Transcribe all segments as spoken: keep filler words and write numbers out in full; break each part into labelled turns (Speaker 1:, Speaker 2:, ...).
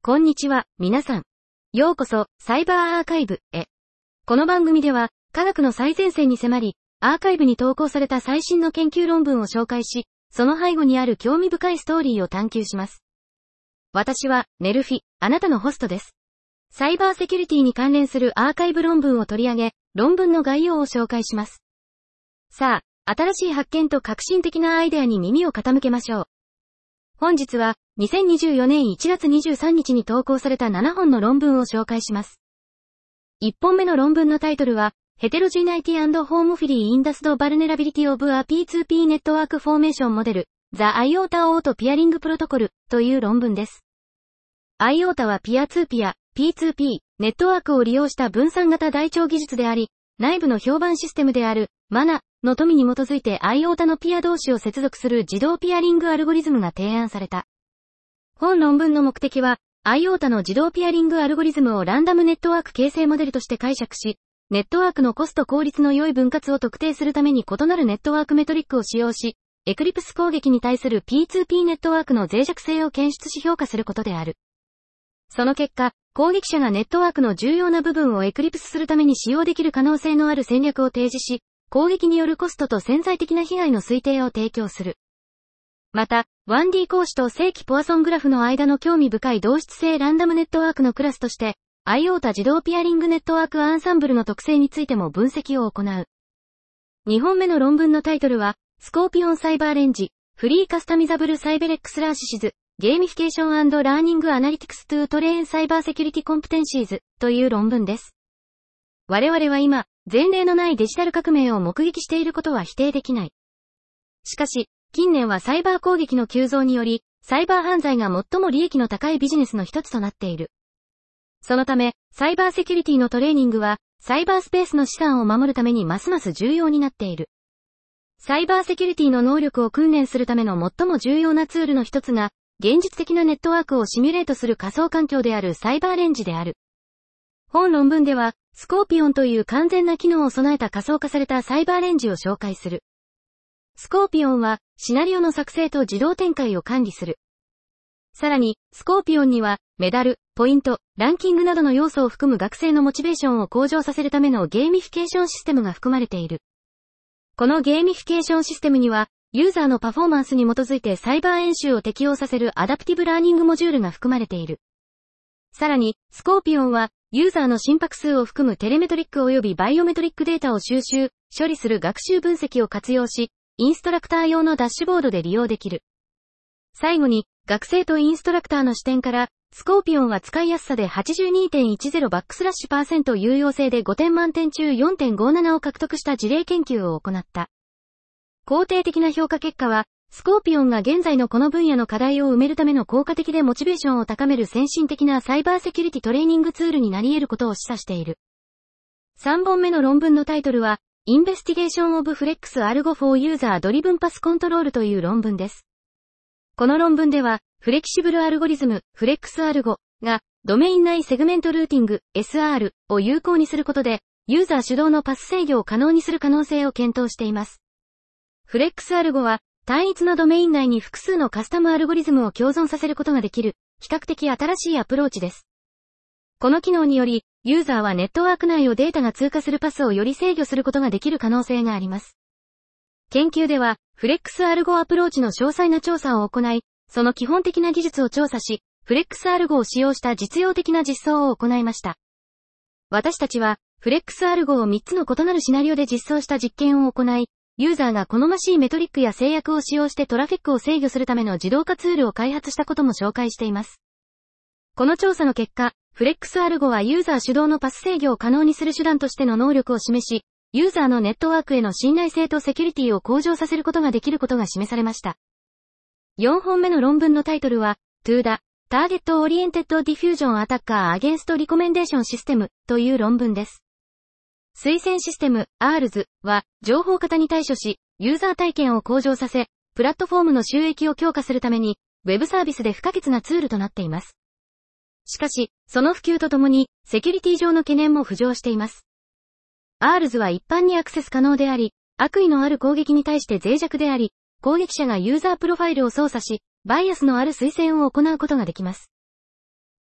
Speaker 1: こんにちは、皆さん。ようこそ、サイバーアーカイブへ。この番組では、科学の最前線に迫り、アーカイブに投稿された最新の研究論文を紹介し、その背後にある興味深いストーリーを探求します。私は、ネルフィ、あなたのホストです。サイバーセキュリティに関連するアーカイブ論文を取り上げ、論文の概要を紹介します。さあ、新しい発見と革新的なアイデアに耳を傾けましょう。本日は、にせんにじゅうよねんいちがつにじゅうさんにちに投稿されたななほんの論文を紹介します。いっぽんめの論文のタイトルは、Heterogeneity and Homophily in the Vulnerability of a ピーツーピー Network Formation Model, The IOTA Auto Peering Protocol という論文です。アイオータ はピアツーピア、ピーツーピー、ネットワークを利用した分散型台帳技術であり、内部の評判システムである マナ の富に基づいて アイオータ のピア同士を接続する自動ピアリングアルゴリズムが提案された。本論文の目的は、アイオータ の自動ピアリングアルゴリズムをランダムネットワーク形成モデルとして解釈し、ネットワークのコスト効率の良い分割を特定するために異なるネットワークメトリックを使用し、エクリプス攻撃に対する ピーツーピー ネットワークの脆弱性を検出し評価することである。その結果、攻撃者がネットワークの重要な部分をエクリプスするために使用できる可能性のある戦略を提示し、攻撃によるコストと潜在的な被害の推定を提供する。また、ワンディー 格子と正規ポアソングラフの間の興味深い同質性ランダムネットワークのクラスとして、アイオータ 自動ピアリングネットワークアンサンブルの特性についても分析を行う。にほんめの論文のタイトルは、スコーピオンサイバーレンジ、フリーカスタミザブルサイベレックスラーシシズ、ゲーミフィケーション&ラーニングアナリティクストゥートレーンサイバーセキュリティコンプテンシーズという論文です。我々は今、前例のないデジタル革命を目撃していることは否定できない。しかし、近年はサイバー攻撃の急増により、サイバー犯罪が最も利益の高いビジネスの一つとなっている。そのため、サイバーセキュリティのトレーニングは、サイバースペースの資産を守るためにますます重要になっている。サイバーセキュリティの能力を訓練するための最も重要なツールの一つが、現実的なネットワークをシミュレートする仮想環境であるサイバーレンジである。本論文では、スコーピオンという完全な機能を備えた仮想化されたサイバーレンジを紹介する。スコーピオンは、シナリオの作成と自動展開を管理する。さらに、スコーピオンには、メダル、ポイント、ランキングなどの要素を含む学生のモチベーションを向上させるためのゲーミフィケーションシステムが含まれている。このゲーミフィケーションシステムには、ユーザーのパフォーマンスに基づいてサイバー演習を適用させるアダプティブラーニングモジュールが含まれている。さらに、スコーピオンは、ユーザーの心拍数を含むテレメトリック及びバイオメトリックデータを収集、処理する学習分析を活用し、インストラクター用のダッシュボードで利用できる。最後に、学生とインストラクターの視点から、スコーピオンは使いやすさで はちじゅうにてんいちゼロ バックスラッシュパーセント有用性でごてん満点中 よんてんごなな を獲得した事例研究を行った。肯定的な評価結果は、スコーピオンが現在のこの分野の課題を埋めるための効果的でモチベーションを高める先進的なサイバーセキュリティトレーニングツールになり得ることを示唆している。さんぼんめの論文のタイトルは、Investigation of Flex Algo for User Driven Path Control という論文です。この論文では、フレキシブルアルゴリズム、フレックスアルゴが、ドメイン内セグメントルーティング、エスアール を有効にすることで、ユーザー主導のパス制御を可能にする可能性を検討しています。フレックスアルゴは、単一のドメイン内に複数のカスタムアルゴリズムを共存させることができる、比較的新しいアプローチです。この機能により、ユーザーはネットワーク内をデータが通過するパスをより制御することができる可能性があります。研究では、フレックスアルゴアプローチの詳細な調査を行い、その基本的な技術を調査し、フレックスアルゴを使用した実用的な実装を行いました。私たちは、フレックスアルゴをみっつの異なるシナリオで実装した実験を行い、ユーザーが好ましいメトリックや制約を使用してトラフィックを制御するための自動化ツールを開発したことも紹介しています。この調査の結果、フレックスアルゴはユーザー主導のパス制御を可能にする手段としての能力を示し、ユーザーのネットワークへの信頼性とセキュリティを向上させることができることが示されました。よんほんめの論文のタイトルは、トゥーダ、Target Oriented Diffusion Attacker Against Recommendation System という論文です。推薦システム、アールズ は、情報型に対処し、ユーザー体験を向上させ、プラットフォームの収益を強化するために、ウェブサービスで不可欠なツールとなっています。しかし、その普及とともに、セキュリティ上の懸念も浮上しています。アールズ は一般にアクセス可能であり、悪意のある攻撃に対して脆弱であり、攻撃者がユーザープロファイルを操作し、バイアスのある推薦を行うことができます。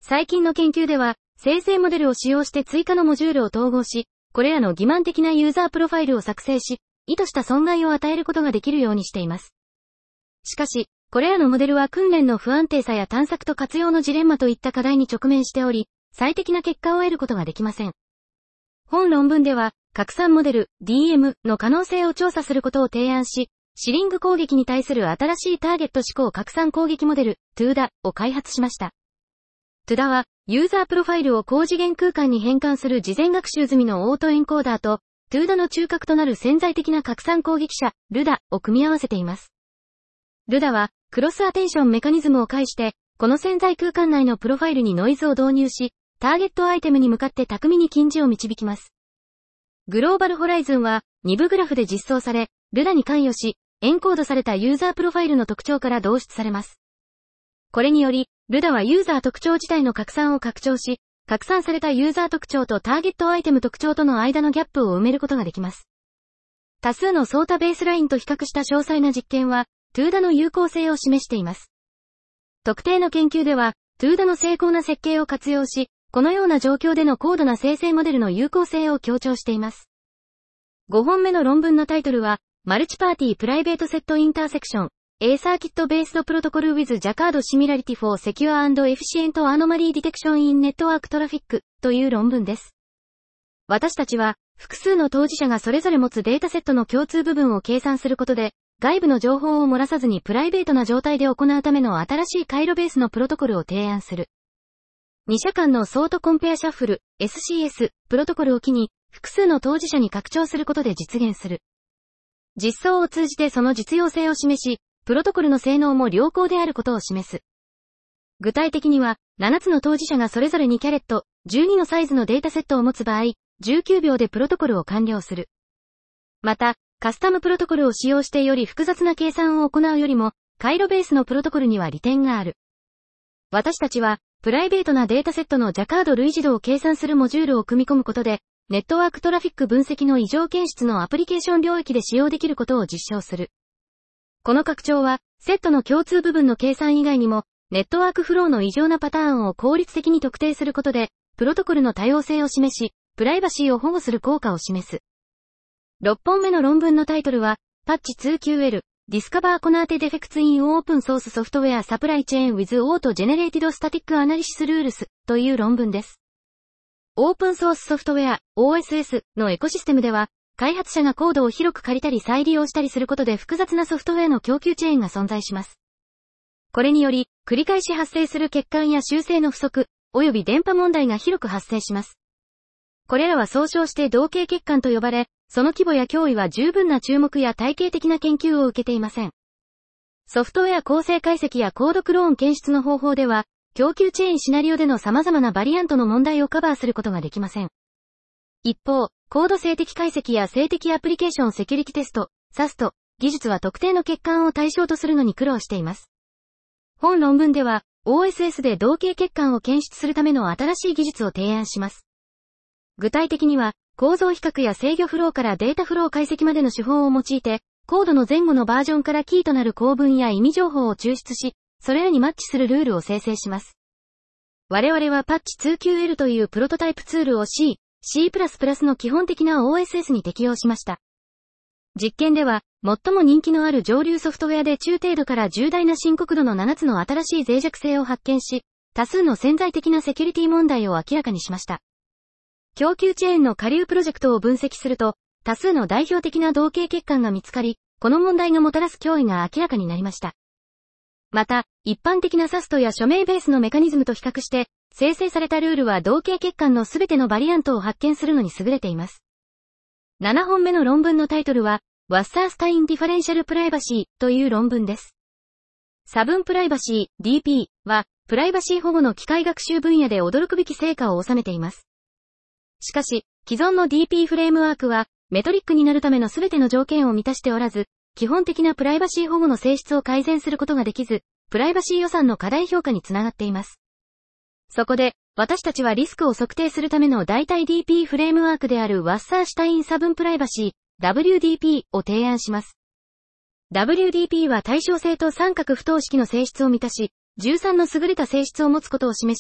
Speaker 1: 最近の研究では、生成モデルを使用して追加のモジュールを統合し、これらの欺瞞的なユーザープロファイルを作成し、意図した損害を与えることができるようにしています。しかし、これらのモデルは訓練の不安定さや探索と活用のジレンマといった課題に直面しており、最適な結果を得ることができません。本論文では、拡散モデル ディーエム の可能性を調査することを提案し、シリング攻撃に対する新しいターゲット指向拡散攻撃モデル トゥーダ を開発しました。トゥダ は、ユーザープロファイルを高次元空間に変換する事前学習済みのオートエンコーダーと、トゥーダ の中核となる潜在的な拡散攻撃者、ルダ を組み合わせています。ルダ は、クロスアテンションメカニズムを介して、この潜在空間内のプロファイルにノイズを導入し、ターゲットアイテムに向かって巧みに近似を導きます。グローバルホライズンは、に部グラフで実装され、ルダ に関与し、エンコードされたユーザープロファイルの特徴から導出されます。これにより、ルダ はユーザー特徴自体の拡散を拡張し、拡散されたユーザー特徴とターゲットアイテム特徴との間のギャップを埋めることができます。多数のソータベースラインと比較した詳細な実験は、トゥーダ の有効性を示しています。特定の研究では、トゥーダ の精巧な設計を活用し、このような状況での高度な生成モデルの有効性を強調しています。ごほんめの論文のタイトルは、マルチパーティープライベートセットインターセクション、A Circuit Based Protocol with Jacquard Similarity for Secure and Efficient Anomaly Detection in Network Traffic という論文です。私たちは、複数の当事者がそれぞれ持つデータセットの共通部分を計算することで、外部の情報を漏らさずにプライベートな状態で行うための新しい回路ベースのプロトコルを提案する。に社間のソートコンペアシャッフル、エスシーエス、プロトコルを機に、複数の当事者に拡張することで実現する。実装を通じてその実用性を示し、プロトコルの性能も良好であることを示す。具体的には、ななつの当事者がそれぞれにキャレット、じゅうにのサイズのデータセットを持つ場合、じゅうきゅうびょうでプロトコルを完了する。また、カスタムプロトコルを使用してより複雑な計算を行うよりも、回路ベースのプロトコルには利点がある。私たちは、プライベートなデータセットのジャカード類似度を計算するモジュールを組み込むことで、ネットワークトラフィック分析の異常検出のアプリケーション領域で使用できることを実証する。この拡張は、セットの共通部分の計算以外にも、ネットワークフローの異常なパターンを効率的に特定することで、プロトコルの多様性を示し、プライバシーを保護する効果を示す。ろっぽんめの論文のタイトルは、パッチ ツーキューエル、Discover Conate Defects in Open Source Software Supply Chain with Auto-Generated Static Analysis Rules という論文です。オープンソースソフトウェア、オーエスエス のエコシステムでは、開発者がコードを広く借りたり再利用したりすることで複雑なソフトウェアの供給チェーンが存在します。これにより、繰り返し発生する欠陥や修正の不足、及び電波問題が広く発生します。これらは総称して同型欠陥と呼ばれ、その規模や脅威は十分な注目や体系的な研究を受けていません。ソフトウェア構成解析やコードクローン検出の方法では、供給チェーンシナリオでの様々なバリアントの問題をカバーすることができません。一方、コード静的解析や静的アプリケーションセキュリティテスト、サスト、技術は特定の欠陥を対象とするのに苦労しています。本論文では、オーエスエス で同型欠陥を検出するための新しい技術を提案します。具体的には、構造比較や制御フローからデータフロー解析までの手法を用いて、コードの前後のバージョンからキーとなる構文や意味情報を抽出し、それらにマッチするルールを生成します。我々はパッチ ツーキューエル というプロトタイプツールを C、C++ の基本的な オーエスエス に適用しました。実験では、最も人気のある上流ソフトウェアで中程度から重大な深刻度のななつの新しい脆弱性を発見し、多数の潜在的なセキュリティ問題を明らかにしました。供給チェーンの下流プロジェクトを分析すると、多数の代表的な同型欠陥が見つかり、この問題がもたらす脅威が明らかになりました。また、一般的なサストや署名ベースのメカニズムと比較して、生成されたルールは同型欠陥のすべてのバリアントを発見するのに優れています。ななほんめの論文のタイトルは、ワッサースタインディファレンシャルプライバシーという論文です。差分プライバシー ディーピー は、プライバシー保護の機械学習分野で驚くべき成果を収めています。しかし、既存の ディーピー フレームワークは、メトリックになるためのすべての条件を満たしておらず、基本的なプライバシー保護の性質を改善することができず、プライバシー予算の過大評価につながっています。そこで、私たちはリスクを測定するための代替 ディーピー フレームワークであるワッサーシュタイン差分プライバシー、ダブリューディーピー を提案します。ダブリューディーピー は対称性と三角不等式の性質を満たし、じゅうさんの優れた性質を持つことを示し、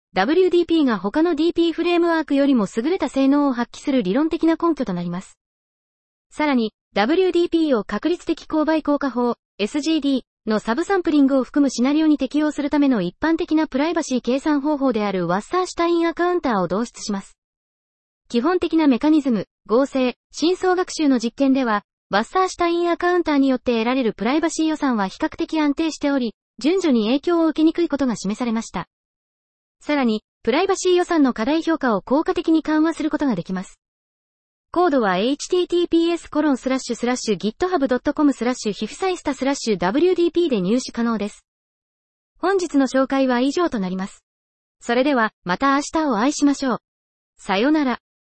Speaker 1: ダブリューディーピー が他の ディーピー フレームワークよりも優れた性能を発揮する理論的な根拠となります。さらに、ダブリューディーピー を確率的勾配効果法、エスジーディー のサブサンプリングを含むシナリオに適用するための一般的なプライバシー計算方法であるワッサーシュタインアカウンターを導出します。基本的なメカニズム、合成、深層学習の実験では、ワッサーシュタインアカウンターによって得られるプライバシー予算は比較的安定しており、順序に影響を受けにくいことが示されました。さらに、プライバシー予算の過大評価を効果的に緩和することができます。コードは エイチティーティーピーエスコロンスラッシュスラッシュギットハブドットコムスラッシュヒフサイスタスラッシュダブリューディーピー で入手可能です。本日の紹介は以上となります。それでは、また明日をお会いしましょう。さよなら。